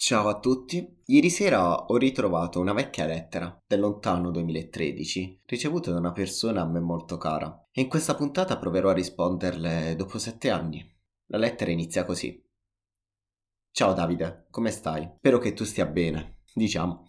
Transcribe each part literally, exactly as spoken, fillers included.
Ciao a tutti, ieri sera ho ritrovato una vecchia lettera del lontano duemilatredici ricevuta da una persona a me molto cara e in questa puntata proverò a risponderle dopo sette anni. La lettera inizia così. Ciao Davide, come stai? Spero che tu stia bene, diciamo.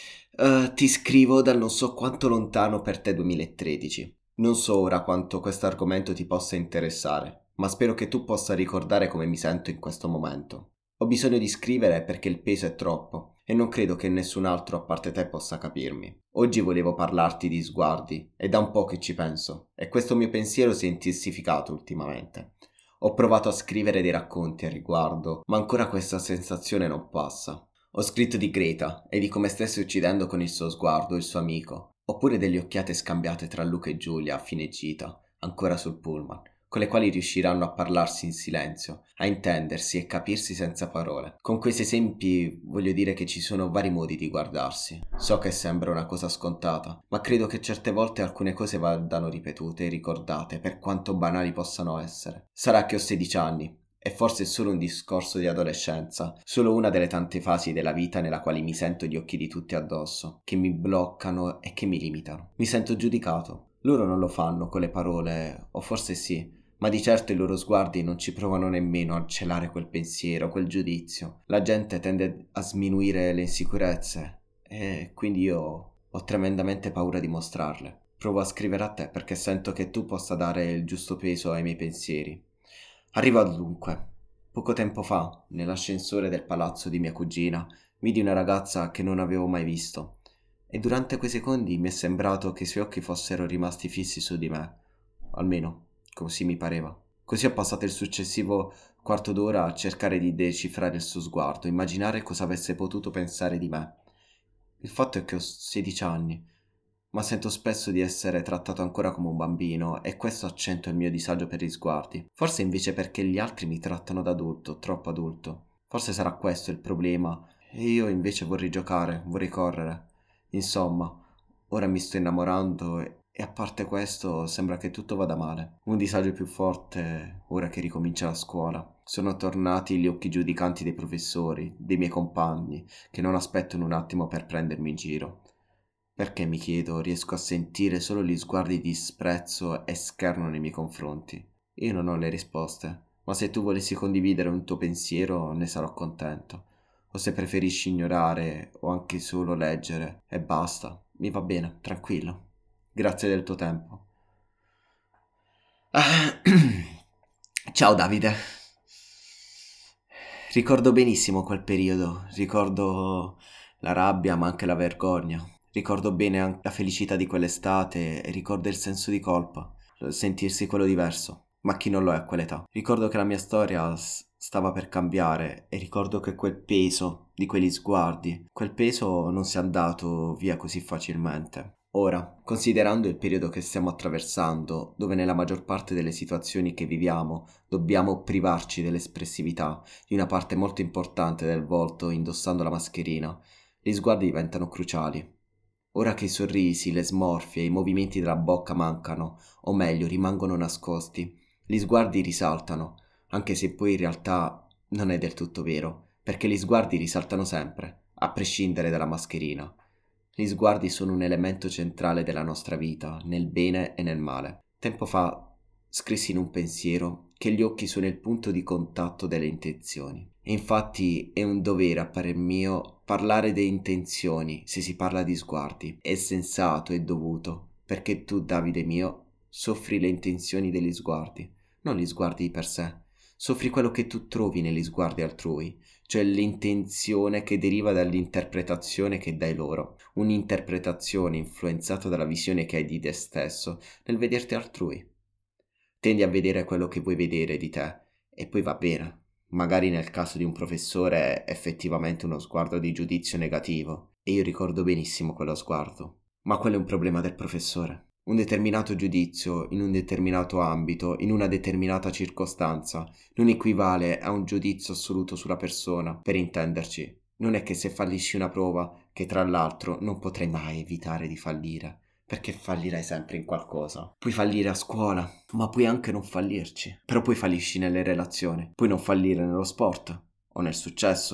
Eh, ti scrivo dal non so quanto lontano per te duemilatredici. Non so ora quanto questo argomento ti possa interessare, ma spero che tu possa ricordare come mi sento in questo momento. Ho bisogno di scrivere perché il peso è troppo e non credo che nessun altro a parte te possa capirmi. Oggi volevo parlarti di sguardi, è da un po' che ci penso, e questo mio pensiero si è intensificato ultimamente. Ho provato a scrivere dei racconti a riguardo, ma ancora questa sensazione non passa. Ho scritto di Greta e di come stesse uccidendo con il suo sguardo il suo amico, oppure delle occhiate scambiate tra Luca e Giulia a fine gita, ancora sul pullman, con le quali riusciranno a parlarsi in silenzio, a intendersi e capirsi senza parole. Con questi esempi voglio dire che ci sono vari modi di guardarsi. So che sembra una cosa scontata, ma credo che certe volte alcune cose vadano ripetute e ricordate, per quanto banali possano essere. Sarà che ho sedici anni, e forse è solo un discorso di adolescenza, solo una delle tante fasi della vita nella quale mi sento gli occhi di tutti addosso, che mi bloccano e che mi limitano. Mi sento giudicato. Loro non lo fanno con le parole, o forse sì, ma di certo i loro sguardi non ci provano nemmeno a celare quel pensiero, quel giudizio. La gente tende a sminuire le insicurezze e quindi io ho tremendamente paura di mostrarle. Provo a scrivere a te perché sento che tu possa dare il giusto peso ai miei pensieri. Arrivo al dunque. Poco tempo fa, nell'ascensore del palazzo di mia cugina, vidi una ragazza che non avevo mai visto e durante quei secondi mi è sembrato che i suoi occhi fossero rimasti fissi su di me, almeno così mi pareva. Così ho passato il successivo quarto d'ora a cercare di decifrare il suo sguardo, immaginare cosa avesse potuto pensare di me. Il fatto è che ho sedici anni, ma sento spesso di essere trattato ancora come un bambino e questo accentua il mio disagio per gli sguardi. Forse invece perché gli altri mi trattano da adulto, troppo adulto. Forse sarà questo il problema e io invece vorrei giocare, vorrei correre. Insomma, ora mi sto innamorando e, e a parte questo sembra che tutto vada male. Un disagio più forte ora che ricomincia la scuola. Sono tornati gli occhi giudicanti dei professori, dei miei compagni, che non aspettano un attimo per prendermi in giro. Perché, mi chiedo, riesco a sentire solo gli sguardi di disprezzo e scherno nei miei confronti. Io non ho le risposte, ma se tu volessi condividere un tuo pensiero ne sarò contento. O se preferisci ignorare o anche solo leggere e basta, mi va bene, tranquillo. Grazie del tuo tempo. Ah, ciao Davide. Ricordo benissimo quel periodo, ricordo la rabbia ma anche la vergogna. Ricordo bene anche la felicità di quell'estate e ricordo il senso di colpa, sentirsi quello diverso, ma chi non lo è a quell'età. Ricordo che la mia storia s- stava per cambiare e ricordo che quel peso di quegli sguardi, quel peso non sia andato via così facilmente. Ora, considerando il periodo che stiamo attraversando, dove nella maggior parte delle situazioni che viviamo dobbiamo privarci dell'espressività di una parte molto importante del volto indossando la mascherina, gli sguardi diventano cruciali. Ora che i sorrisi, le smorfie, i movimenti della bocca mancano, o meglio rimangono nascosti, gli sguardi risaltano, anche se poi in realtà non è del tutto vero, perché gli sguardi risaltano sempre, a prescindere dalla mascherina. Gli sguardi sono un elemento centrale della nostra vita, nel bene e nel male. Tempo fa scrissi in un pensiero che gli occhi sono il punto di contatto delle intenzioni. E infatti è un dovere, a parer mio, parlare delle intenzioni se si parla di sguardi. È sensato e dovuto, perché tu, Davide mio, soffri le intenzioni degli sguardi, non gli sguardi di per sé. Soffri quello che tu trovi negli sguardi altrui, cioè l'intenzione che deriva dall'interpretazione che dai loro, un'interpretazione influenzata dalla visione che hai di te stesso nel vederti altrui. Tendi a vedere quello che vuoi vedere di te e poi va bene. Magari nel caso di un professore è effettivamente uno sguardo di giudizio negativo e io ricordo benissimo quello sguardo. Ma quello è un problema del professore. Un determinato giudizio in un determinato ambito, in una determinata circostanza, non equivale a un giudizio assoluto sulla persona, per intenderci. Non è che se fallisci una prova, che tra l'altro non potrai mai evitare di fallire, perché fallirai sempre in qualcosa. Puoi fallire a scuola, ma puoi anche non fallirci. Però poi fallisci nelle relazioni, puoi non fallire nello sport o nel successo.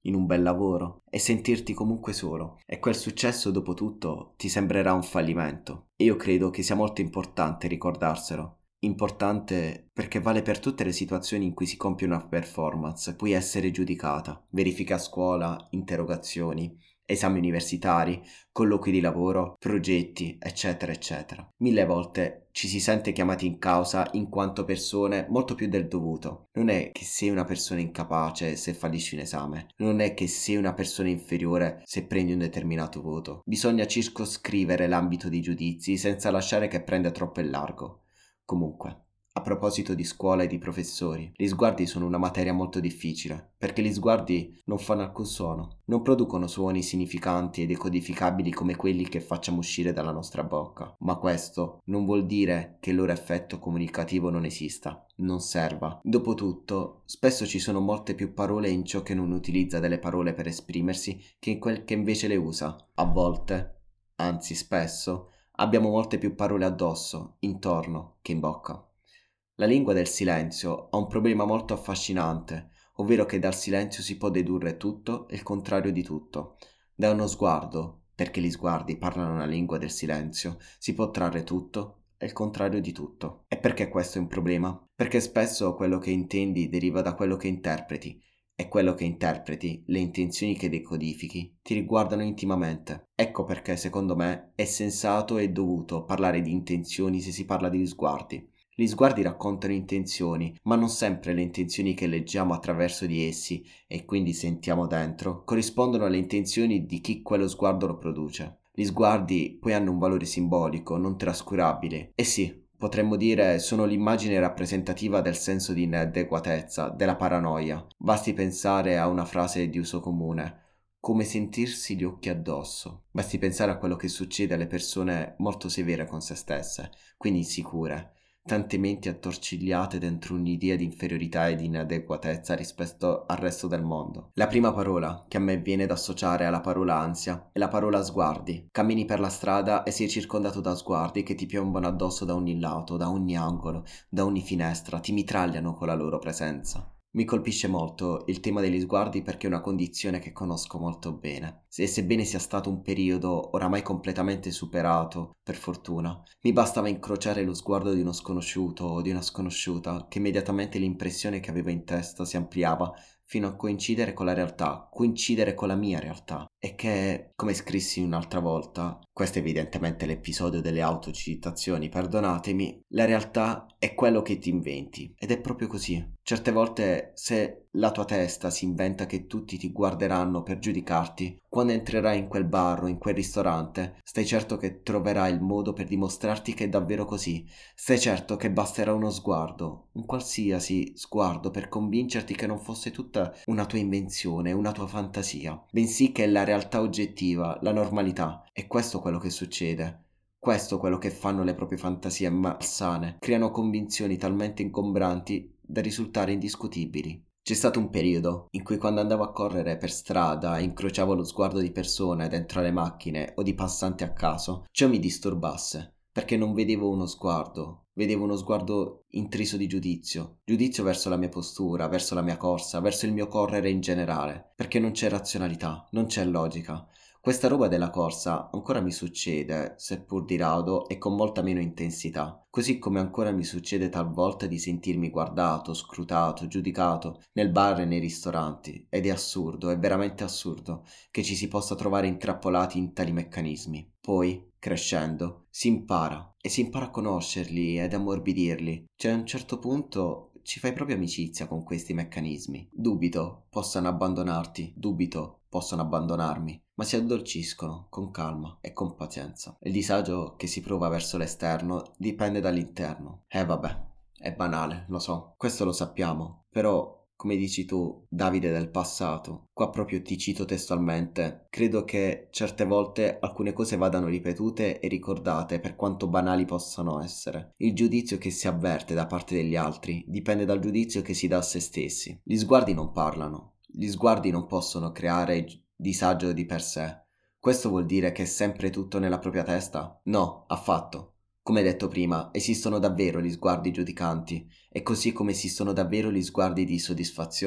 in un bel lavoro e sentirti comunque solo. E quel successo dopo tutto ti sembrerà un fallimento. E io credo che sia molto importante ricordarselo. Importante perché vale per tutte le situazioni in cui si compie una performance, puoi essere giudicata, verifiche a scuola, interrogazioni, esami universitari, colloqui di lavoro, progetti, eccetera, eccetera. Mille volte ci si sente chiamati in causa in quanto persone molto più del dovuto. Non è che sei una persona incapace se fallisci un esame, non è che sei una persona inferiore se prendi un determinato voto. Bisogna circoscrivere l'ambito di giudizi senza lasciare che prenda troppo il largo. Comunque, a proposito di scuola e di professori, gli sguardi sono una materia molto difficile, perché gli sguardi non fanno alcun suono, non producono suoni significanti e decodificabili come quelli che facciamo uscire dalla nostra bocca, ma questo non vuol dire che il loro effetto comunicativo non esista, non serva. Dopotutto, spesso ci sono molte più parole in ciò che non utilizza delle parole per esprimersi che in quel che invece le usa. A volte, anzi spesso, abbiamo molte più parole addosso, intorno, che in bocca. La lingua del silenzio ha un problema molto affascinante, ovvero che dal silenzio si può dedurre tutto e il contrario di tutto. Da uno sguardo, perché gli sguardi parlano una lingua del silenzio, si può trarre tutto e il contrario di tutto. E perché questo è un problema? Perché spesso quello che intendi deriva da quello che interpreti, e quello che interpreti, le intenzioni che decodifichi, ti riguardano intimamente. Ecco perché, secondo me, è sensato e dovuto parlare di intenzioni se si parla di sguardi. Gli sguardi raccontano intenzioni, ma non sempre le intenzioni che leggiamo attraverso di essi, e quindi sentiamo dentro, corrispondono alle intenzioni di chi quello sguardo lo produce. Gli sguardi poi hanno un valore simbolico, non trascurabile. E sì, potremmo dire sono l'immagine rappresentativa del senso di inadeguatezza, della paranoia. Basti pensare a una frase di uso comune, come sentirsi gli occhi addosso. Basti pensare a quello che succede alle persone molto severe con se stesse, quindi insicure. Tante menti attorcigliate dentro un'idea di inferiorità e di inadeguatezza rispetto al resto del mondo. La prima parola che a me viene da associare alla parola ansia è la parola sguardi. Cammini per la strada e sei circondato da sguardi che ti piombano addosso da ogni lato, da ogni angolo, da ogni finestra, ti mitragliano con la loro presenza. Mi colpisce molto il tema degli sguardi perché è una condizione che conosco molto bene. E sebbene sia stato un periodo oramai completamente superato, per fortuna, mi bastava incrociare lo sguardo di uno sconosciuto o di una sconosciuta che immediatamente l'impressione che avevo in testa si ampliava fino a coincidere con la realtà, coincidere con la mia realtà. E che, come scrissi un'altra volta, questo è evidentemente l'episodio delle autocitazioni, perdonatemi, la realtà è quello che ti inventi. Ed è proprio così. Certe volte, se la tua testa si inventa che tutti ti guarderanno per giudicarti, quando entrerai in quel bar o in quel ristorante, stai certo che troverai il modo per dimostrarti che è davvero così. Stai certo che basterà uno sguardo, un qualsiasi sguardo, per convincerti che non fosse tutta una tua invenzione, una tua fantasia, bensì che è la realtà oggettiva, la normalità. E questo è quello che succede. Questo è quello che fanno le proprie fantasie malsane. Creano convinzioni talmente ingombranti da risultare indiscutibili. C'è stato un periodo in cui quando andavo a correre per strada e incrociavo lo sguardo di persone dentro le macchine o di passanti a caso, ciò mi disturbasse, perché non vedevo uno sguardo, vedevo uno sguardo intriso di giudizio, giudizio verso la mia postura, verso la mia corsa, verso il mio correre in generale, perché non c'è razionalità, non c'è logica. Questa roba della corsa ancora mi succede, seppur di rado e con molta meno intensità, così come ancora mi succede talvolta di sentirmi guardato, scrutato, giudicato nel bar e nei ristoranti, ed è assurdo, è veramente assurdo che ci si possa trovare intrappolati in tali meccanismi. Poi, crescendo, si impara e si impara a conoscerli ed ammorbidirli. Cioè a un certo punto ci fai proprio amicizia con questi meccanismi. Dubito possano abbandonarti, dubito possano abbandonarmi, ma si addolciscono con calma e con pazienza. Il disagio che si prova verso l'esterno dipende dall'interno. E eh, vabbè, è banale, lo so, questo lo sappiamo, però come dici tu, Davide del passato, qua proprio ti cito testualmente, credo che certe volte alcune cose vadano ripetute e ricordate per quanto banali possano essere. Il giudizio che si avverte da parte degli altri dipende dal giudizio che si dà a se stessi. Gli sguardi non parlano, gli sguardi non possono creare disagio di per sé. Questo vuol dire che è sempre tutto nella propria testa? No, affatto. Come detto prima, esistono davvero gli sguardi giudicanti, e così come esistono davvero gli sguardi di soddisfazione.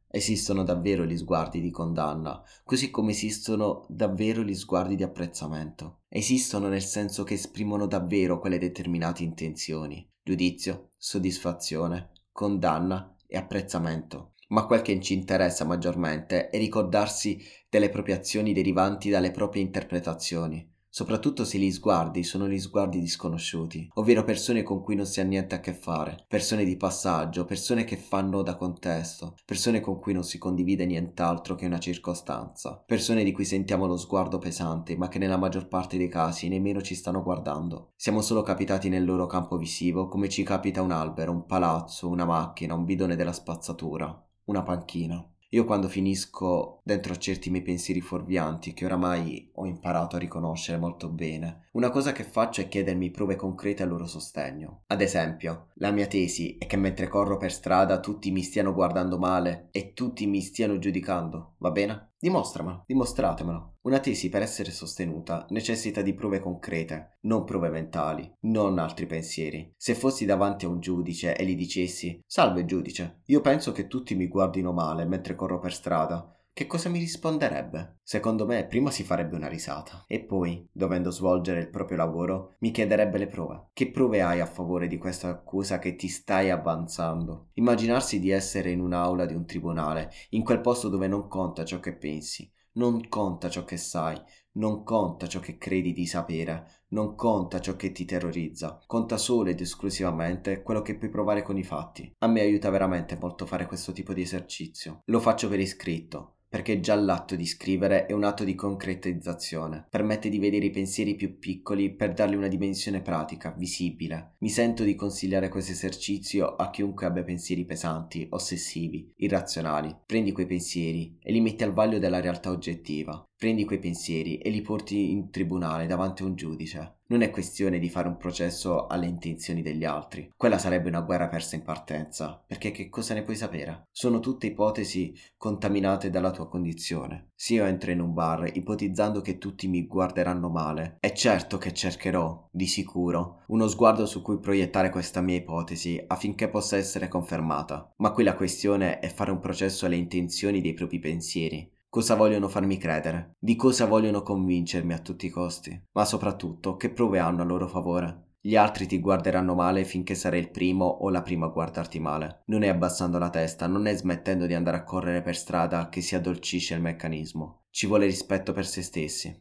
Esistono davvero gli sguardi di condanna, così come esistono davvero gli sguardi di apprezzamento. Esistono nel senso che esprimono davvero quelle determinate intenzioni: giudizio, soddisfazione, condanna e apprezzamento. Ma quel che ci interessa maggiormente è ricordarsi delle proprie azioni derivanti dalle proprie interpretazioni, soprattutto se gli sguardi sono gli sguardi di sconosciuti, ovvero persone con cui non si ha niente a che fare, persone di passaggio, persone che fanno da contesto, persone con cui non si condivide nient'altro che una circostanza, persone di cui sentiamo lo sguardo pesante, ma che nella maggior parte dei casi nemmeno ci stanno guardando. Siamo solo capitati nel loro campo visivo, come ci capita un albero, un palazzo, una macchina, un bidone della spazzatura, una panchina. Io quando finisco dentro a certi miei pensieri fuorvianti, che oramai ho imparato a riconoscere molto bene, una cosa che faccio è chiedermi prove concrete a loro sostegno. Ad esempio, la mia tesi è che mentre corro per strada tutti mi stiano guardando male e tutti mi stiano giudicando, va bene? Dimostramelo, dimostratemelo. Una tesi, per essere sostenuta, necessita di prove concrete, non prove mentali, non altri pensieri. Se fossi davanti a un giudice e gli dicessi: "Salve giudice, io penso che tutti mi guardino male mentre corro per strada", che cosa mi risponderebbe? Secondo me prima si farebbe una risata e poi, dovendo svolgere il proprio lavoro, mi chiederebbe le prove. Che prove hai a favore di questa accusa che ti stai avanzando? Immaginarsi di essere in un'aula di un tribunale, in quel posto dove non conta ciò che pensi, non conta ciò che sai, non conta ciò che credi di sapere, non conta ciò che ti terrorizza, conta solo ed esclusivamente quello che puoi provare con i fatti. A me aiuta veramente molto fare questo tipo di esercizio. Lo faccio per iscritto, perché già l'atto di scrivere è un atto di concretizzazione. Permette di vedere i pensieri più piccoli per dargli una dimensione pratica, visibile. Mi sento di consigliare questo esercizio a chiunque abbia pensieri pesanti, ossessivi, irrazionali. Prendi quei pensieri e li metti al vaglio della realtà oggettiva. Prendi quei pensieri e li porti in tribunale davanti a un giudice. Non è questione di fare un processo alle intenzioni degli altri. Quella sarebbe una guerra persa in partenza, perché che cosa ne puoi sapere? Sono tutte ipotesi contaminate dalla tua condizione. Se io entro in un bar ipotizzando che tutti mi guarderanno male, è certo che cercherò, di sicuro, uno sguardo su cui proiettare questa mia ipotesi affinché possa essere confermata. Ma qui la questione è fare un processo alle intenzioni dei propri pensieri. Cosa vogliono farmi credere? Di cosa vogliono convincermi a tutti i costi? Ma soprattutto, che prove hanno a loro favore? Gli altri ti guarderanno male finché sarai il primo o la prima a guardarti male. Non è abbassando la testa, non è smettendo di andare a correre per strada che si addolcisce il meccanismo. Ci vuole rispetto per se stessi.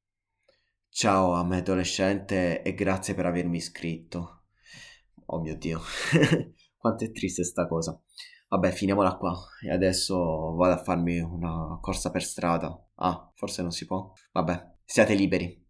Ciao a me adolescente e grazie per avermi iscritto. Oh mio Dio, quanto è triste sta cosa. Vabbè, finiamola qua e adesso vado a farmi una corsa per strada. Ah, forse non si può? Vabbè, siate liberi.